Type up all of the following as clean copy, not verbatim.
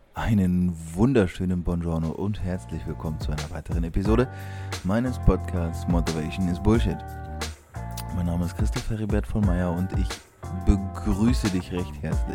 Einen wunderschönen Buongiorno und herzlich willkommen zu einer weiteren Episode meines Podcasts Motivation is Bullshit. Mein Name ist Christoph Heribert von Meyer und ich begrüße dich recht herzlich.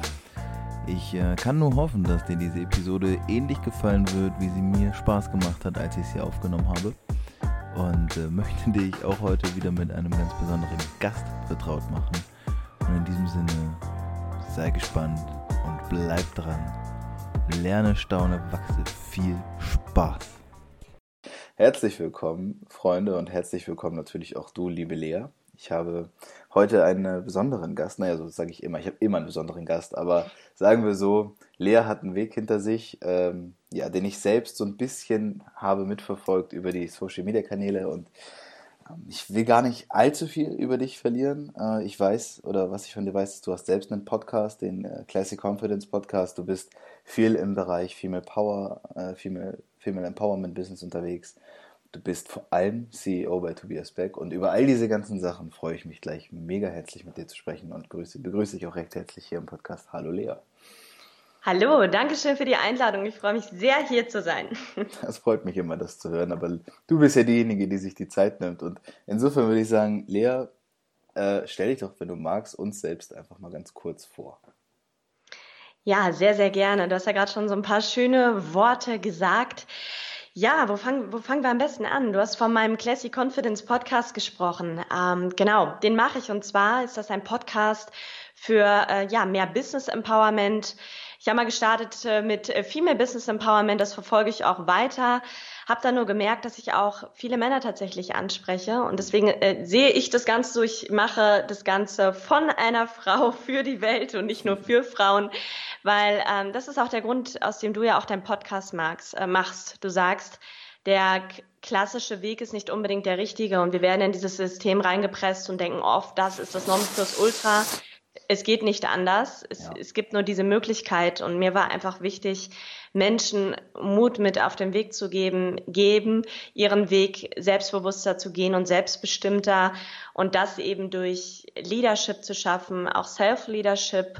Ich kann nur hoffen, dass dir diese Episode ähnlich gefallen wird, wie sie mir Spaß gemacht hat, als ich sie aufgenommen habe. Und möchte dich auch heute wieder mit einem ganz besonderen Gast vertraut machen. Und in diesem Sinne, sei gespannt und bleib dran. Lerne, staune, wachse. Viel Spaß. Herzlich willkommen, Freunde, und herzlich willkommen natürlich auch du, liebe Lea. Ich habe heute einen besonderen Gast. Naja, so sage ich immer. Ich habe immer einen besonderen Gast, aber sagen wir so, Lea hat einen Weg hinter sich, den ich selbst so ein bisschen habe mitverfolgt über die Social-Media-Kanäle, und ich will gar nicht allzu viel über dich verlieren. Ich weiß, oder was ich von dir weiß, ist, du hast selbst einen Podcast, den Classic Confidence Podcast. Du bist viel im Bereich Female Power, Female Empowerment Business unterwegs. Du bist vor allem CEO bei Tobias Beck, und über all diese ganzen Sachen freue ich mich gleich mega herzlich mit dir zu sprechen und begrüße dich auch recht herzlich hier im Podcast. Hallo Lea. Hallo, danke schön für die Einladung. Ich freue mich sehr, hier zu sein. Das freut mich immer, das zu hören, aber du bist ja diejenige, die sich die Zeit nimmt, und insofern würde ich sagen, Lea, stell dich doch, wenn du magst, uns selbst einfach mal ganz kurz vor. Ja, sehr, sehr gerne. Du hast ja gerade schon so ein paar schöne Worte gesagt. Ja, wo fangen wir am besten an? Du hast von meinem Classy Confidence Podcast gesprochen. Genau, den mache ich. Und zwar ist das ein Podcast für mehr Business Empowerment. Ich habe mal gestartet mit Female Business Empowerment. Das verfolge ich auch weiter. Habe dann nur gemerkt, dass ich auch viele Männer tatsächlich anspreche. Und deswegen sehe ich das Ganze so, ich mache das Ganze von einer Frau für die Welt und nicht nur für Frauen. Weil das ist auch der Grund, aus dem du ja auch deinen Podcast machst. Du sagst, der klassische Weg ist nicht unbedingt der richtige, und wir werden in dieses System reingepresst und denken oft, das ist das Nonplusultra. Es geht nicht anders. Es gibt nur diese Möglichkeit, und mir war einfach wichtig, Menschen Mut mit auf den Weg zu geben, ihren Weg selbstbewusster zu gehen und selbstbestimmter, und das eben durch Leadership zu schaffen, auch Self-Leadership,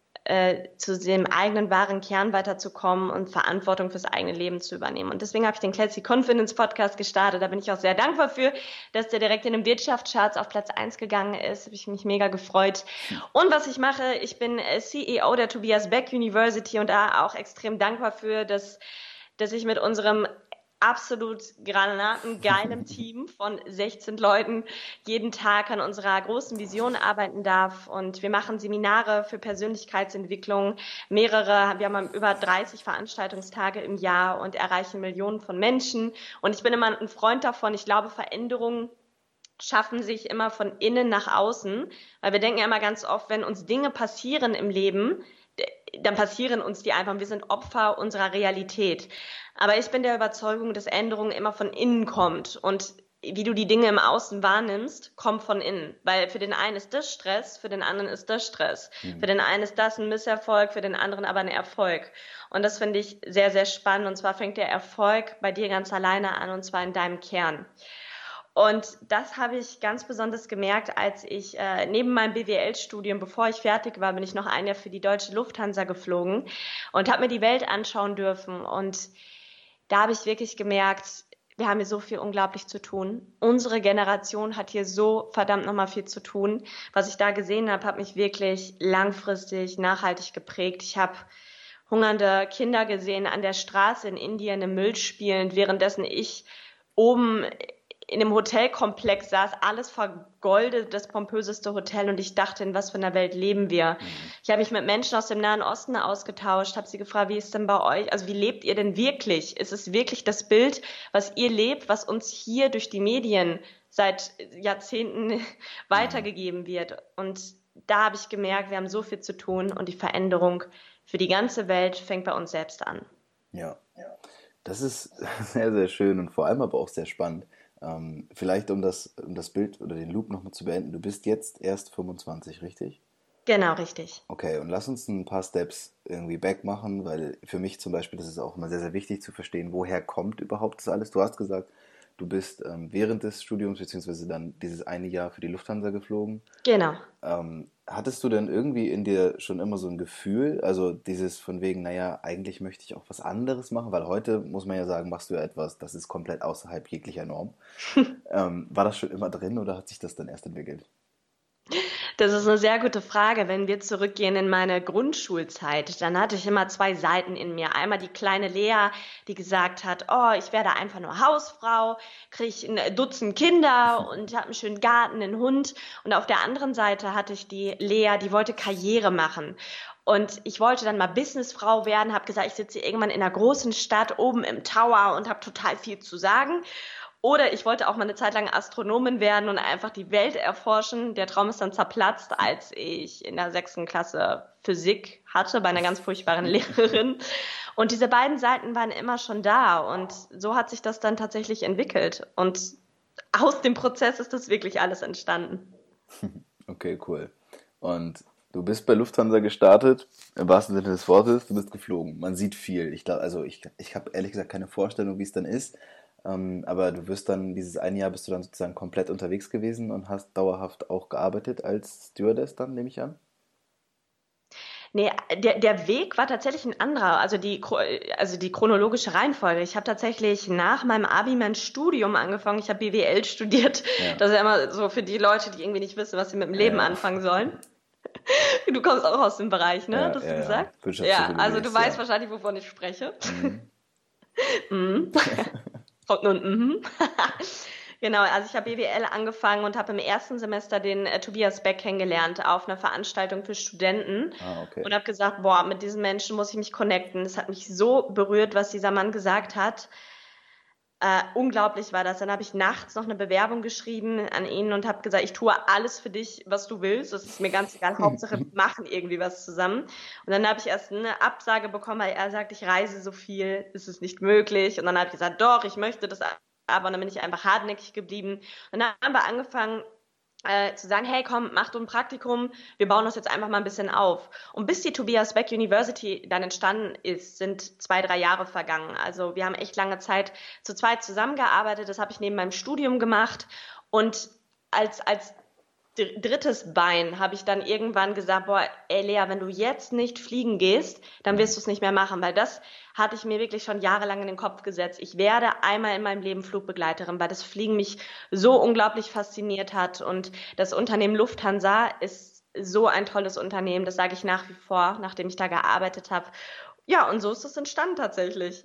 zu dem eigenen wahren Kern weiterzukommen und Verantwortung fürs eigene Leben zu übernehmen. Und deswegen habe ich den Classy Confidence Podcast gestartet. Da bin ich auch sehr dankbar für, dass der direkt in den Wirtschaftscharts auf Platz 1 gegangen ist. Habe ich mich mega gefreut. Und was ich mache, ich bin CEO der Tobias Beck University und da auch extrem dankbar für, dass ich mit unserem absolut granatengeilem Team von 16 Leuten jeden Tag an unserer großen Vision arbeiten darf. Und wir machen Seminare für Persönlichkeitsentwicklung, wir haben über 30 Veranstaltungstage im Jahr und erreichen Millionen von Menschen. Und ich bin immer ein Freund davon. Ich glaube, Veränderungen schaffen sich immer von innen nach außen, weil wir denken ja immer ganz oft, wenn uns Dinge passieren im Leben, dann passieren uns die einfach. Wir sind Opfer unserer Realität. Aber ich bin der Überzeugung, dass Änderung immer von innen kommt. Und wie du die Dinge im Außen wahrnimmst, kommt von innen. Weil für den einen ist das Stress, für den anderen ist das Stress. Für den einen ist das ein Misserfolg, für den anderen aber ein Erfolg. Und das finde ich sehr, sehr spannend. Und zwar fängt der Erfolg bei dir ganz alleine an, und zwar in deinem Kern. Und das habe ich ganz besonders gemerkt, als ich neben meinem BWL-Studium, bevor ich fertig war, bin ich noch ein Jahr für die Deutsche Lufthansa geflogen und habe mir die Welt anschauen dürfen. Und da habe ich wirklich gemerkt, wir haben hier so viel unglaublich zu tun. Unsere Generation hat hier so verdammt nochmal viel zu tun. Was ich da gesehen habe, hat mich wirklich langfristig, nachhaltig geprägt. Ich habe hungernde Kinder gesehen an der Straße in Indien im Müll spielend, währenddessen ich oben in dem Hotelkomplex saß, alles vergoldet, das pompöseste Hotel, und ich dachte, in was für einer Welt leben wir? Ich habe mich mit Menschen aus dem Nahen Osten ausgetauscht, habe sie gefragt, wie ist denn bei euch, also wie lebt ihr denn wirklich? Ist es wirklich das Bild, was ihr lebt, was uns hier durch die Medien seit Jahrzehnten weitergegeben wird? Und da habe ich gemerkt, wir haben so viel zu tun, und die Veränderung für die ganze Welt fängt bei uns selbst an. Ja, das ist sehr, sehr schön und vor allem aber auch sehr spannend. Vielleicht um das Bild oder den Loop nochmal zu beenden. Du bist jetzt erst 25, richtig? Genau, richtig. Okay, und lass uns ein paar Steps irgendwie back machen, weil für mich zum Beispiel, das ist auch immer sehr, sehr wichtig zu verstehen, woher kommt überhaupt das alles. Du hast gesagt, du bist während des Studiums, beziehungsweise dann dieses eine Jahr für die Lufthansa geflogen. Genau. hattest du denn irgendwie in dir schon immer so ein Gefühl, also dieses von wegen, naja, eigentlich möchte ich auch was anderes machen, weil heute, muss man ja sagen, machst du ja etwas, das ist komplett außerhalb jeglicher Norm. War das schon immer drin oder hat sich das dann erst entwickelt? Das ist eine sehr gute Frage. Wenn wir zurückgehen in meine Grundschulzeit, dann hatte ich immer zwei Seiten in mir. Einmal die kleine Lea, die gesagt hat, oh, ich werde einfach nur Hausfrau, kriege ein Dutzend Kinder und habe einen schönen Garten, einen Hund. Und auf der anderen Seite hatte ich die Lea, die wollte Karriere machen. Und ich wollte dann mal Businessfrau werden, habe gesagt, ich sitze irgendwann in einer großen Stadt oben im Tower und habe total viel zu sagen. Oder ich wollte auch mal eine Zeit lang Astronomin werden und einfach die Welt erforschen. Der Traum ist dann zerplatzt, als ich in der 6. Klasse Physik hatte bei einer ganz furchtbaren Lehrerin. Und diese beiden Seiten waren immer schon da. Und so hat sich das dann tatsächlich entwickelt. Und aus dem Prozess ist das wirklich alles entstanden. Okay, cool. Und du bist bei Lufthansa gestartet, im wahrsten Sinne des Wortes, du bist geflogen. Man sieht viel. Ich glaube, also ich habe ehrlich gesagt keine Vorstellung, wie es dann ist. Aber du wirst dann, dieses eine Jahr bist du dann sozusagen komplett unterwegs gewesen und hast dauerhaft auch gearbeitet als Stewardess dann, nehme ich an? Nee, der Weg war tatsächlich ein anderer, also die chronologische Reihenfolge. Ich habe tatsächlich nach meinem Abi mein Studium angefangen. Ich habe BWL studiert. Ja, Das ist ja immer so für die Leute, die irgendwie nicht wissen, was sie mit dem Leben ja, anfangen sollen. Du kommst auch aus dem Bereich, ne? ja, Hattest du ja, ja. gesagt? Ja, Wirtschaftspsychologie also du ist weißt ja. wahrscheinlich, wovon ich spreche. Mhm. Mhm. Kommt nun, mhm. Genau, also ich habe BWL angefangen und habe im ersten Semester den Tobias Beck kennengelernt auf einer Veranstaltung für Studenten Ah, okay. und habe gesagt, boah, mit diesen Menschen muss ich mich connecten. Das hat mich so berührt, was dieser Mann gesagt hat. Unglaublich war das. Dann habe ich nachts noch eine Bewerbung geschrieben an ihn und habe gesagt, ich tue alles für dich, was du willst. Das ist mir ganz egal. Hauptsache, wir machen irgendwie was zusammen. Und dann habe ich erst eine Absage bekommen, weil er sagt, ich reise so viel, ist es nicht möglich. Und dann habe ich gesagt, doch, ich möchte das aber. Und dann bin ich einfach hartnäckig geblieben. Und dann haben wir angefangen, zu sagen, hey, komm, mach du ein Praktikum, wir bauen das jetzt einfach mal ein bisschen auf. Und bis die Tobias Beck University dann entstanden ist, sind 2, 3 Jahre vergangen. Also wir haben echt lange Zeit zu zweit zusammengearbeitet. Das habe ich neben meinem Studium gemacht. Und als drittes Bein habe ich dann irgendwann gesagt, boah, ey Lea, wenn du jetzt nicht fliegen gehst, dann wirst du es nicht mehr machen, weil das hatte ich mir wirklich schon jahrelang in den Kopf gesetzt. Ich werde einmal in meinem Leben Flugbegleiterin, weil das Fliegen mich so unglaublich fasziniert hat und das Unternehmen Lufthansa ist so ein tolles Unternehmen, das sage ich nach wie vor, nachdem ich da gearbeitet habe. Ja, und so ist es entstanden tatsächlich.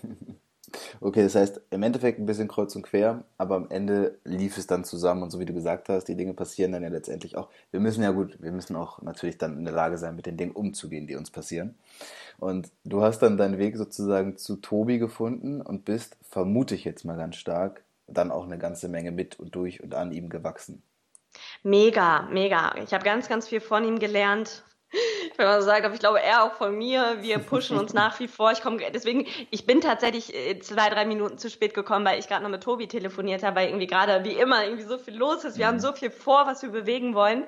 Okay, das heißt, im Endeffekt ein bisschen kreuz und quer, aber am Ende lief es dann zusammen und so wie du gesagt hast, die Dinge passieren dann ja letztendlich auch. Wir müssen ja gut, wir müssen auch natürlich dann in der Lage sein, mit den Dingen umzugehen, die uns passieren. Und du hast dann deinen Weg sozusagen zu Tobi gefunden und bist, vermute ich jetzt mal ganz stark, dann auch eine ganze Menge mit und durch und an ihm gewachsen. Mega, mega. Ich habe ganz, ganz viel von ihm gelernt. Ich will mal sagen, aber ich glaube, er auch von mir. Wir pushen uns nach wie vor. Ich bin tatsächlich 2, 3 Minuten zu spät gekommen, weil ich gerade noch mit Tobi telefoniert habe, weil irgendwie gerade wie immer irgendwie so viel los ist. Wir haben Mhm. so viel vor, was wir bewegen wollen.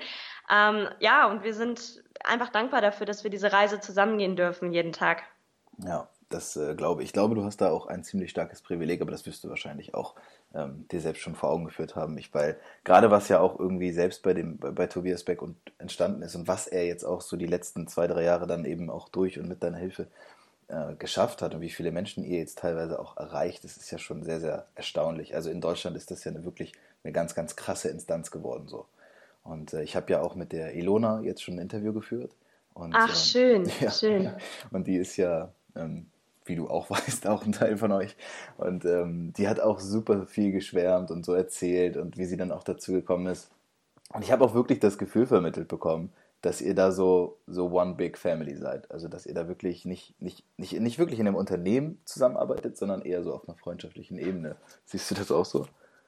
Ja, und wir sind einfach dankbar dafür, dass wir diese Reise zusammengehen dürfen, jeden Tag. Ja, das glaube ich. Ich glaube, du hast da auch ein ziemlich starkes Privileg, aber das wirst du wahrscheinlich auch dir selbst schon vor Augen geführt haben. Weil gerade was ja auch irgendwie selbst bei Tobias Beck und entstanden ist und was er jetzt auch so die letzten 2, 3 Jahre dann eben auch durch und mit deiner Hilfe geschafft hat und wie viele Menschen ihr jetzt teilweise auch erreicht, das ist ja schon sehr, sehr erstaunlich. Also in Deutschland ist das ja wirklich eine ganz, ganz krasse Instanz geworden so. Und ich habe ja auch mit der Ilona jetzt schon ein Interview geführt. Und Ach, schön, ja, schön. und die ist ja, wie du auch weißt, auch ein Teil von euch. Und die hat auch super viel geschwärmt und so erzählt und wie sie dann auch dazu gekommen ist. Und ich habe auch wirklich das Gefühl vermittelt bekommen, dass ihr da so One Big Family seid. Also dass ihr da wirklich nicht wirklich in einem Unternehmen zusammenarbeitet, sondern eher so auf einer freundschaftlichen Ebene. Siehst du das auch so?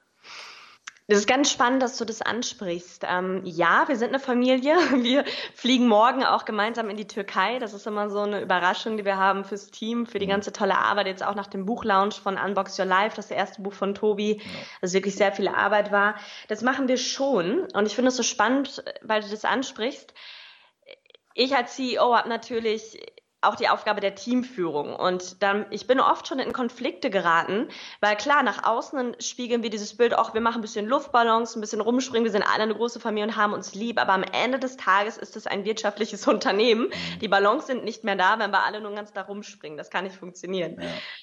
Das ist ganz spannend, dass du das ansprichst. Ja, wir sind eine Familie. Wir fliegen morgen auch gemeinsam in die Türkei. Das ist immer so eine Überraschung, die wir haben fürs Team, für die Mhm. ganze tolle Arbeit. Jetzt auch nach dem Buchlaunch von Unbox Your Life, das erste Buch von Tobi, Genau. das wirklich sehr viel Arbeit war. Das machen wir schon. Und ich finde es so spannend, weil du das ansprichst. Ich als CEO habe natürlich auch die Aufgabe der Teamführung. Und dann, ich bin oft schon in Konflikte geraten, weil klar, nach außen spiegeln wir dieses Bild, auch wir machen ein bisschen Luftballons, ein bisschen rumspringen, wir sind alle eine große Familie und haben uns lieb, aber am Ende des Tages ist es ein wirtschaftliches Unternehmen. Die Ballons sind nicht mehr da, wenn wir alle nur den ganzen Tag rumspringen. Das kann nicht funktionieren.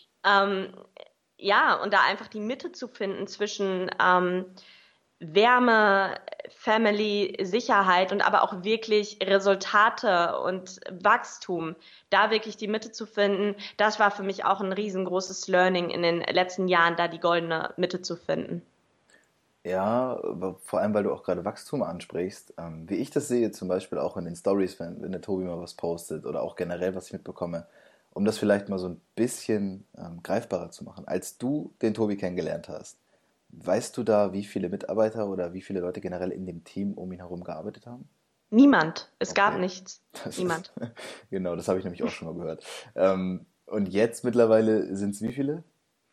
Ja, und da einfach die Mitte zu finden zwischen Wärme, Family, Sicherheit und aber auch wirklich Resultate und Wachstum, da wirklich die Mitte zu finden, das war für mich auch ein riesengroßes Learning in den letzten Jahren, da die goldene Mitte zu finden. Ja, aber vor allem, weil du auch gerade Wachstum ansprichst. Wie ich das sehe, zum Beispiel auch in den Stories, wenn der Tobi mal was postet oder auch generell, was ich mitbekomme, um das vielleicht mal so ein bisschen greifbarer zu machen. Als du den Tobi kennengelernt hast, weißt du da, wie viele Mitarbeiter oder wie viele Leute generell in dem Team um ihn herum gearbeitet haben? Niemand. Es gab Okay, nichts. das ist, Niemand. genau, das habe ich nämlich auch schon mal gehört. Und jetzt mittlerweile sind es wie viele?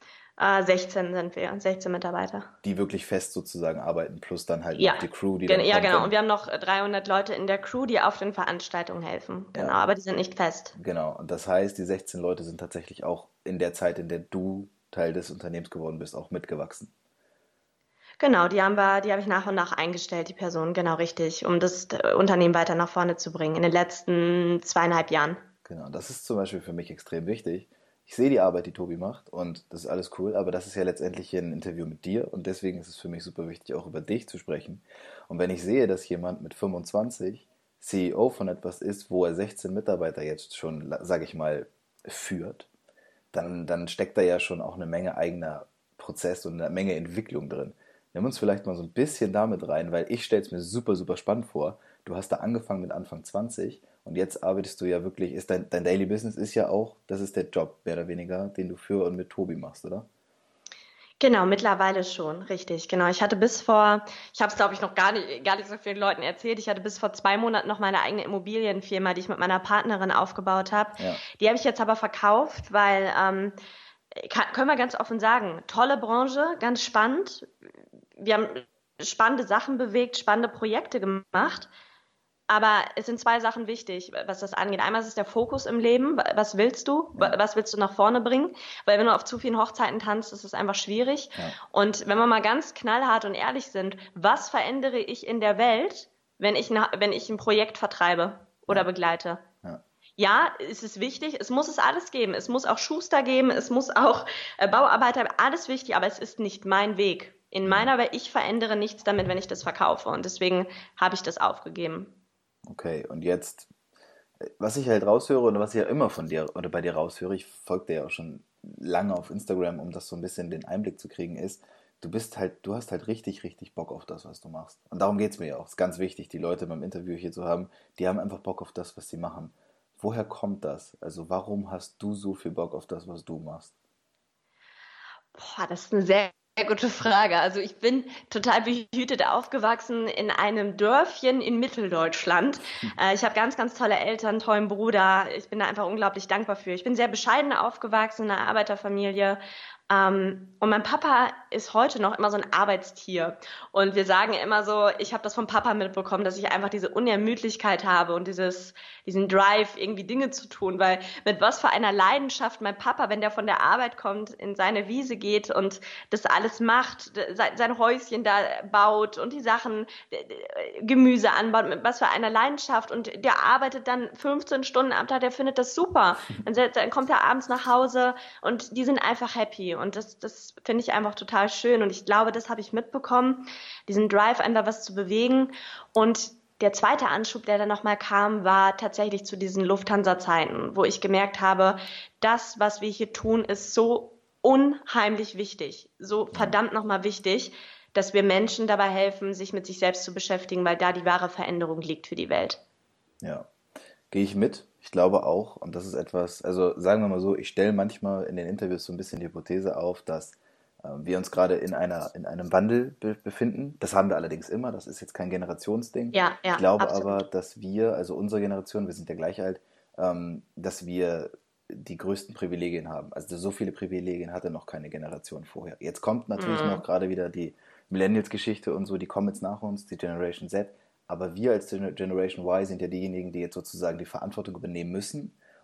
16 sind wir, 16 Mitarbeiter. Die wirklich fest sozusagen arbeiten, plus dann halt Ja, noch die Crew, die dann ja, kommt, genau. Und wenn, wir haben noch 300 Leute in der Crew, die auf den Veranstaltungen helfen. Genau, ja, aber die sind nicht fest. genau. Und das heißt, die 16 Leute sind tatsächlich auch in der Zeit, in der du Teil des Unternehmens geworden bist, auch mitgewachsen. Genau, die habe ich nach und nach eingestellt, die Person, genau richtig, um das Unternehmen weiter nach vorne zu bringen in den letzten 2,5 Jahren. Genau, das ist zum Beispiel für mich extrem wichtig. Ich sehe die Arbeit, die Tobi macht und das ist alles cool, aber das ist ja letztendlich hier ein Interview mit dir und deswegen ist es für mich super wichtig, auch über dich zu sprechen. Und wenn ich sehe, dass jemand mit 25 CEO von etwas ist, wo er 16 Mitarbeiter jetzt schon, sage ich mal, führt, dann steckt da ja schon auch eine Menge eigener Prozess und eine Menge Entwicklung drin. Nimm uns vielleicht mal so ein bisschen damit rein, weil ich stelle es mir super, super spannend vor. Du hast da angefangen mit Anfang 20 und jetzt arbeitest du ja wirklich, ist dein Daily Business ist ja auch, das ist der Job, mehr oder weniger, den du für und mit Tobi machst, oder? Genau, mittlerweile schon, richtig. Genau, ich habe es glaube ich noch gar nicht so vielen Leuten erzählt. Ich hatte bis vor 2 Monaten noch meine eigene Immobilienfirma, die ich mit meiner Partnerin aufgebaut habe. Ja, Die habe ich jetzt aber verkauft, weil können wir ganz offen sagen, tolle Branche, ganz spannend. Wir haben spannende Sachen bewegt, spannende Projekte gemacht. Aber es sind zwei Sachen wichtig, was das angeht. Einmal ist es der Fokus im Leben. Was willst du? ja, Was willst du nach vorne bringen? Weil wenn du auf zu vielen Hochzeiten tanzt, ist es einfach schwierig. ja, Und wenn wir mal ganz knallhart und ehrlich sind, was verändere ich in der Welt, wenn ich ein Projekt vertreibe oder ja, begleite? ja. Ja, es ist wichtig, es muss es alles geben. Es muss auch Schuster geben, es muss auch Bauarbeiter, alles wichtig, aber es ist nicht mein Weg. In Mhm. meiner Welt, ich verändere nichts damit, wenn ich das verkaufe. Und deswegen habe ich das aufgegeben. Okay, und jetzt, was ich halt raushöre und was ich ja immer von dir oder bei dir raushöre, ich folge dir ja auch schon lange auf Instagram, um das so ein bisschen den Einblick zu kriegen, ist, du hast halt richtig, richtig Bock auf das, was du machst. Und darum geht es mir ja auch. Es ist ganz wichtig, die Leute beim Interview hier zu haben, die haben einfach Bock auf das, was sie machen. Woher kommt das? Also warum hast du so viel Bock auf das, was du machst? Boah, das ist eine sehr, sehr gute Frage. Also ich bin total behütet aufgewachsen in einem Dörfchen in Mitteldeutschland. Ich habe ganz, ganz tolle Eltern, tollen Bruder. Ich bin da einfach unglaublich dankbar für. Ich bin sehr bescheiden aufgewachsen in einer Arbeiterfamilie. Und mein Papa ist heute noch immer so ein Arbeitstier. Und wir sagen immer so, ich habe das vom Papa mitbekommen, dass ich einfach diese Unermüdlichkeit habe und diesen Drive, irgendwie Dinge zu tun. Weil mit was für einer Leidenschaft mein Papa, wenn der von der Arbeit kommt, in seine Wiese geht und das alles macht, sein Häuschen da baut und die Sachen, Gemüse anbaut, mit was für einer Leidenschaft. Und der arbeitet dann 15 Stunden am Tag, der findet das super. Dann kommt er abends nach Hause und die sind einfach happy. Und das finde ich einfach total schön. Und ich glaube, das habe ich mitbekommen, diesen Drive, einfach was zu bewegen. Und der zweite Anschub, der dann nochmal kam, war tatsächlich zu diesen Lufthansa-Zeiten, wo ich gemerkt habe, das, was wir hier tun, ist so unheimlich wichtig, so Ja, verdammt nochmal wichtig, dass wir Menschen dabei helfen, sich mit sich selbst zu beschäftigen, weil da die wahre Veränderung liegt für die Welt. ja. Gehe ich mit. Ich glaube auch, und das ist etwas, also sagen wir mal so, ich stelle manchmal in den Interviews so ein bisschen die Hypothese auf, dass wir uns gerade in einem Wandel befinden. Das haben wir allerdings immer, das ist jetzt kein Generationsding. Ja, Ich ja, glaube aber, absolut. dass wir, also unsere Generation, wir sind ja gleich alt, dass wir die größten Privilegien haben. Also so viele Privilegien hatte noch keine Generation vorher. Jetzt kommt natürlich noch Mm. gerade wieder die Millennials-Geschichte und so, die kommen jetzt nach uns, die Generation Z. Aber wir als Generation Y sind ja diejenigen, die jetzt sozusagen die Verantwortung übernehmen müssen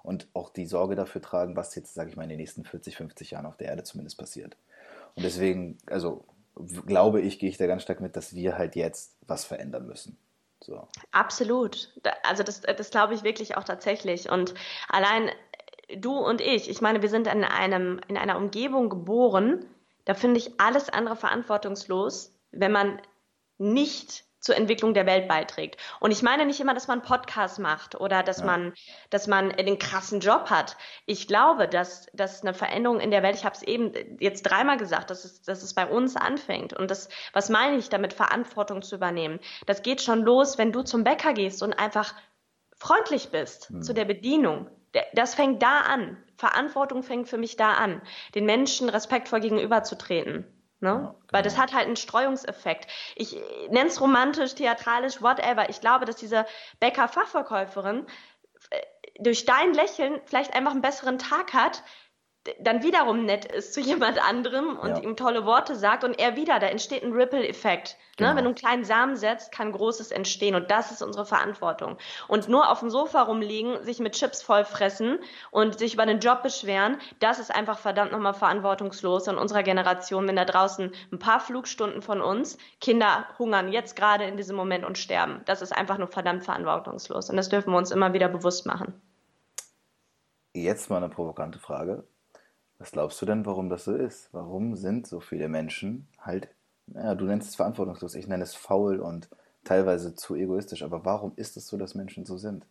und auch die Sorge dafür tragen, was jetzt, sage ich mal, in den nächsten 40, 50 Jahren auf der Erde zumindest passiert. Und deswegen, also glaube ich, gehe ich da ganz stark mit, dass wir halt jetzt was verändern müssen. So. Absolut. Also das glaube ich wirklich auch tatsächlich. Und allein du und ich meine, wir sind in einer Umgebung geboren, da finde ich alles andere verantwortungslos, wenn man nicht zur Entwicklung der Welt beiträgt. Und ich meine nicht immer, dass man Podcasts macht oder Ja. dass man den krassen Job hat. Ich glaube, dass eine Veränderung in der Welt, ich habe es eben jetzt dreimal gesagt, dass es bei uns anfängt. Und was meine ich damit, Verantwortung zu übernehmen? Das geht schon los, wenn du zum Bäcker gehst und einfach freundlich bist zu der Bedienung. Das fängt da an. Verantwortung fängt für mich da an, den Menschen respektvoll gegenüberzutreten. Ne? Ja, Weil das genau. hat halt einen Streuungseffekt. Ich nenne es romantisch, theatralisch, whatever. Ich glaube, dass diese Bäcker-Fachverkäuferin durch dein Lächeln vielleicht einfach einen besseren Tag hat, dann wiederum nett ist zu jemand anderem und Ja, ihm tolle Worte sagt und er wieder, da entsteht ein Ripple-Effekt. Ne? Wenn du genau. einen kleinen Samen setzt, kann Großes entstehen und das ist unsere Verantwortung. Und nur auf dem Sofa rumliegen, sich mit Chips vollfressen und sich über den Job beschweren, das ist einfach verdammt nochmal verantwortungslos in unserer Generation, wenn da draußen ein paar Flugstunden von uns, Kinder hungern jetzt gerade in diesem Moment und sterben. Das ist einfach nur verdammt verantwortungslos und das dürfen wir uns immer wieder bewusst machen. Jetzt mal eine provokante Frage. Was glaubst du denn, warum das so ist? Warum sind so viele Menschen halt, naja, du nennst es verantwortungslos, ich nenne es faul und teilweise zu egoistisch, aber warum ist es so, dass Menschen so sind?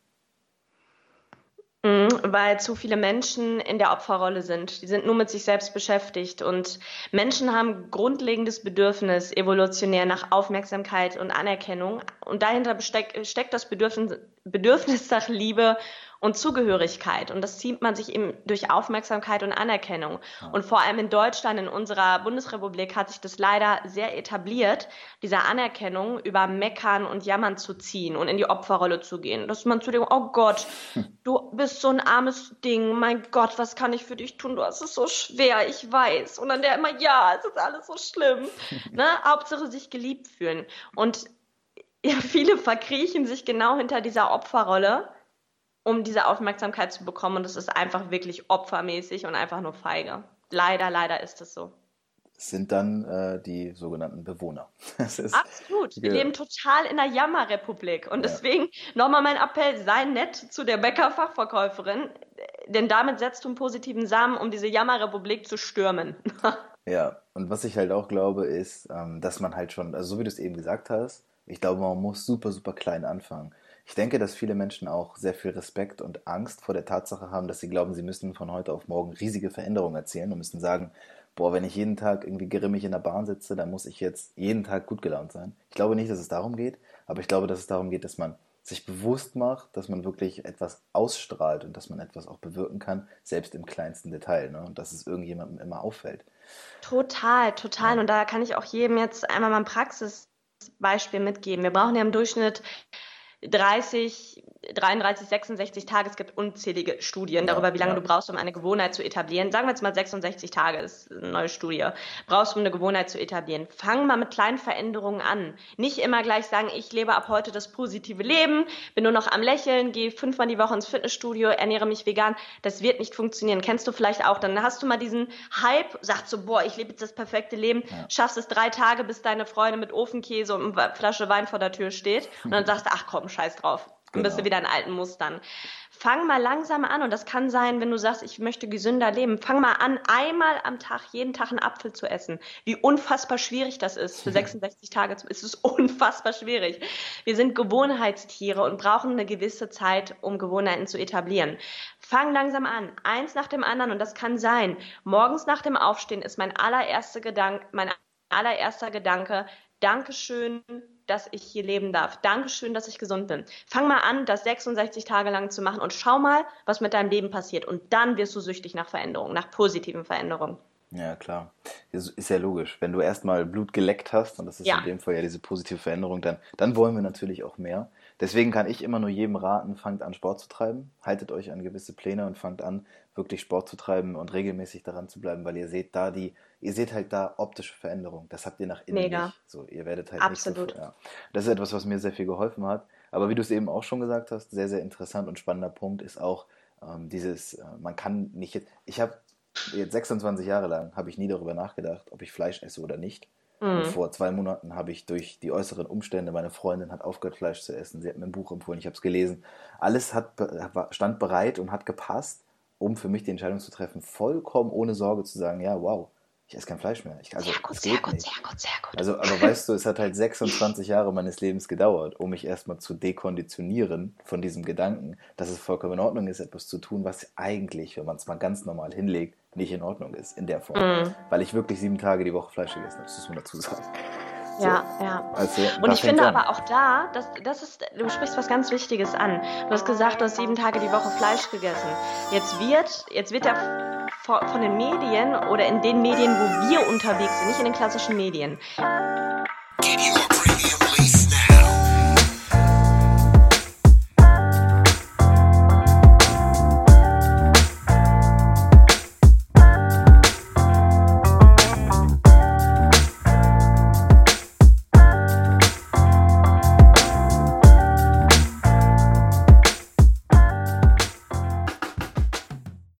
Weil zu viele Menschen in der Opferrolle sind. Die sind nur mit sich selbst beschäftigt und Menschen haben grundlegendes Bedürfnis evolutionär nach Aufmerksamkeit und Anerkennung und dahinter steckt das Bedürfnis nach Liebe und Zugehörigkeit und das zieht man sich eben durch Aufmerksamkeit und Anerkennung. Ja, Und vor allem in Deutschland, in unserer Bundesrepublik, hat sich das leider sehr etabliert, diese Anerkennung über Meckern und Jammern zu ziehen und in die Opferrolle zu gehen. Dass man zu dem, oh Gott, du bist so ein armes Ding, mein Gott, was kann ich für dich tun? Du hast es so schwer, ich weiß. Und dann der immer, ja, es ist alles so schlimm. Ne? Hauptsache sich geliebt fühlen. Und ja, viele verkriechen sich genau hinter dieser Opferrolle, um diese Aufmerksamkeit zu bekommen. Und es ist einfach wirklich opfermäßig und einfach nur feige. Leider, leider ist es so. es sind dann die sogenannten Bewohner. Das ist, Absolut. Wir ja, leben total in einer Jammerrepublik. Und ja. deswegen nochmal mein Appell, sei nett zu der Bäckerfachverkäuferin, denn damit setzt du einen positiven Samen, um diese Jammerrepublik zu stürmen. Ja, und was ich halt auch glaube, ist, dass man halt schon, also so wie du es eben gesagt hast, ich glaube, man muss super, super klein anfangen. Ich denke, dass viele Menschen auch sehr viel Respekt und Angst vor der Tatsache haben, dass sie glauben, sie müssen von heute auf morgen riesige Veränderungen erzielen und müssen sagen, boah, wenn ich jeden Tag irgendwie grimmig in der Bahn sitze, dann muss ich jetzt jeden Tag gut gelaunt sein. Ich glaube nicht, dass es darum geht, aber ich glaube, dass es darum geht, dass man sich bewusst macht, dass man wirklich etwas ausstrahlt und dass man etwas auch bewirken kann, selbst im kleinsten Detail, ne? Und dass es irgendjemandem immer auffällt. Total, total. Ja, Und da kann ich auch jedem jetzt einmal mal ein Praxisbeispiel mitgeben. Wir brauchen ja im Durchschnitt 30, 33, 66 Tage. Es gibt unzählige Studien ja, darüber, wie lange ja. du brauchst, um eine Gewohnheit zu etablieren. Sagen wir jetzt mal 66 Tage, ist eine neue Studie. Brauchst du, um eine Gewohnheit zu etablieren. Fang mal mit kleinen Veränderungen an. Nicht immer gleich sagen, ich lebe ab heute das positive Leben, bin nur noch am Lächeln, gehe 5-mal die Woche ins Fitnessstudio, ernähre mich vegan. Das wird nicht funktionieren. Kennst du vielleicht auch. Dann hast du mal diesen Hype, sagst so, boah, ich lebe jetzt das perfekte Leben, Ja, schaffst es 3 Tage, bis deine Freundin mit Ofenkäse und einer Flasche Wein vor der Tür steht und dann sagst du, ach komm, scheiß drauf. Und bist du genau. wieder in alten Mustern. Fang mal langsam an und das kann sein, wenn du sagst, ich möchte gesünder leben. Fang mal an, einmal am Tag, jeden Tag einen Apfel zu essen. Wie unfassbar schwierig das ist für 66 Tage. Es ist unfassbar schwierig. Wir sind Gewohnheitstiere und brauchen eine gewisse Zeit, um Gewohnheiten zu etablieren. Fang langsam an, eins nach dem anderen und das kann sein. Morgens nach dem Aufstehen ist mein allererster Gedanke, Dankeschön, dass ich hier leben darf. Dankeschön, dass ich gesund bin. Fang mal an, das 66 Tage lang zu machen und schau mal, was mit deinem Leben passiert. Und dann wirst du süchtig nach Veränderungen, nach positiven Veränderungen. Ja, klar. Ist ja logisch. Wenn du erstmal Blut geleckt hast, und das ist in Ja, dem Fall ja diese positive Veränderung, dann wollen wir natürlich auch mehr. Deswegen kann ich immer nur jedem raten, fangt an, Sport zu treiben. Haltet euch an gewisse Pläne und fangt an, wirklich Sport zu treiben und regelmäßig daran zu bleiben, weil ihr seht halt da optische Veränderung. Das habt ihr nach innen mega. nicht. So, ihr werdet halt nicht so, Absolut. ja. Das ist etwas, was mir sehr viel geholfen hat. Aber wie du es eben auch schon gesagt hast, sehr, sehr interessant und spannender Punkt ist auch, Man kann nicht, ich habe jetzt 26 Jahre lang, habe ich nie darüber nachgedacht, ob ich Fleisch esse oder nicht. Und vor 2 Monaten habe ich durch die äußeren Umstände, meine Freundin hat aufgehört, Fleisch zu essen. Sie hat mir ein Buch empfohlen, ich habe es gelesen. Alles stand bereit und hat gepasst, um für mich die Entscheidung zu treffen, vollkommen ohne Sorge zu sagen, ja, wow, ich esse kein Fleisch mehr. Sehr gut. Also, aber weißt du, es hat halt 26 Jahre meines Lebens gedauert, um mich erstmal zu dekonditionieren von diesem Gedanken, dass es vollkommen in Ordnung ist, etwas zu tun, was eigentlich, wenn man es mal ganz normal hinlegt, nicht in Ordnung ist, in der Form. Weil ich wirklich 7 Tage die Woche Fleisch gegessen habe, das muss man dazu sagen. So. Ja. Also, und ich finde aber auch da, du sprichst was ganz Wichtiges an. Du hast gesagt, du hast 7 Tage die Woche Fleisch gegessen. Jetzt wird ja von den Medien oder in den Medien, wo wir unterwegs sind, nicht in den klassischen Medien.